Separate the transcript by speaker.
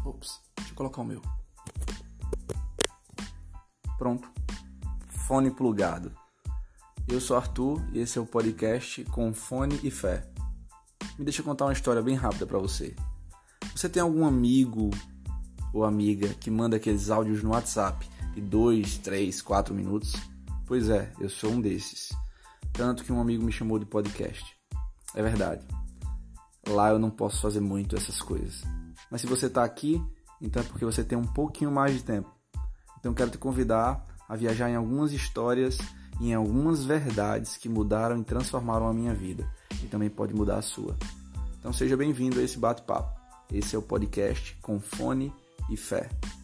Speaker 1: Ops, deixa eu colocar o meu. Pronto. Fone plugado. Eu sou Arthur e esse é o podcast Com Fone e Fé. Me deixa eu contar uma história bem rápida pra você. Você tem algum amigo ou amiga que manda aqueles áudios no WhatsApp de 2, 3, 4 minutos? Pois é, eu sou um desses. Tanto que um amigo me chamou de podcast. É verdade. Lá eu não posso fazer muito essas coisas. Mas se você está aqui, então é porque você tem um pouquinho mais de tempo. Então eu quero te convidar a viajar em algumas histórias e em algumas verdades que mudaram e transformaram a minha vida. E também pode mudar a sua. Então seja bem-vindo a esse bate-papo. Esse é o podcast Com Fone e Fé.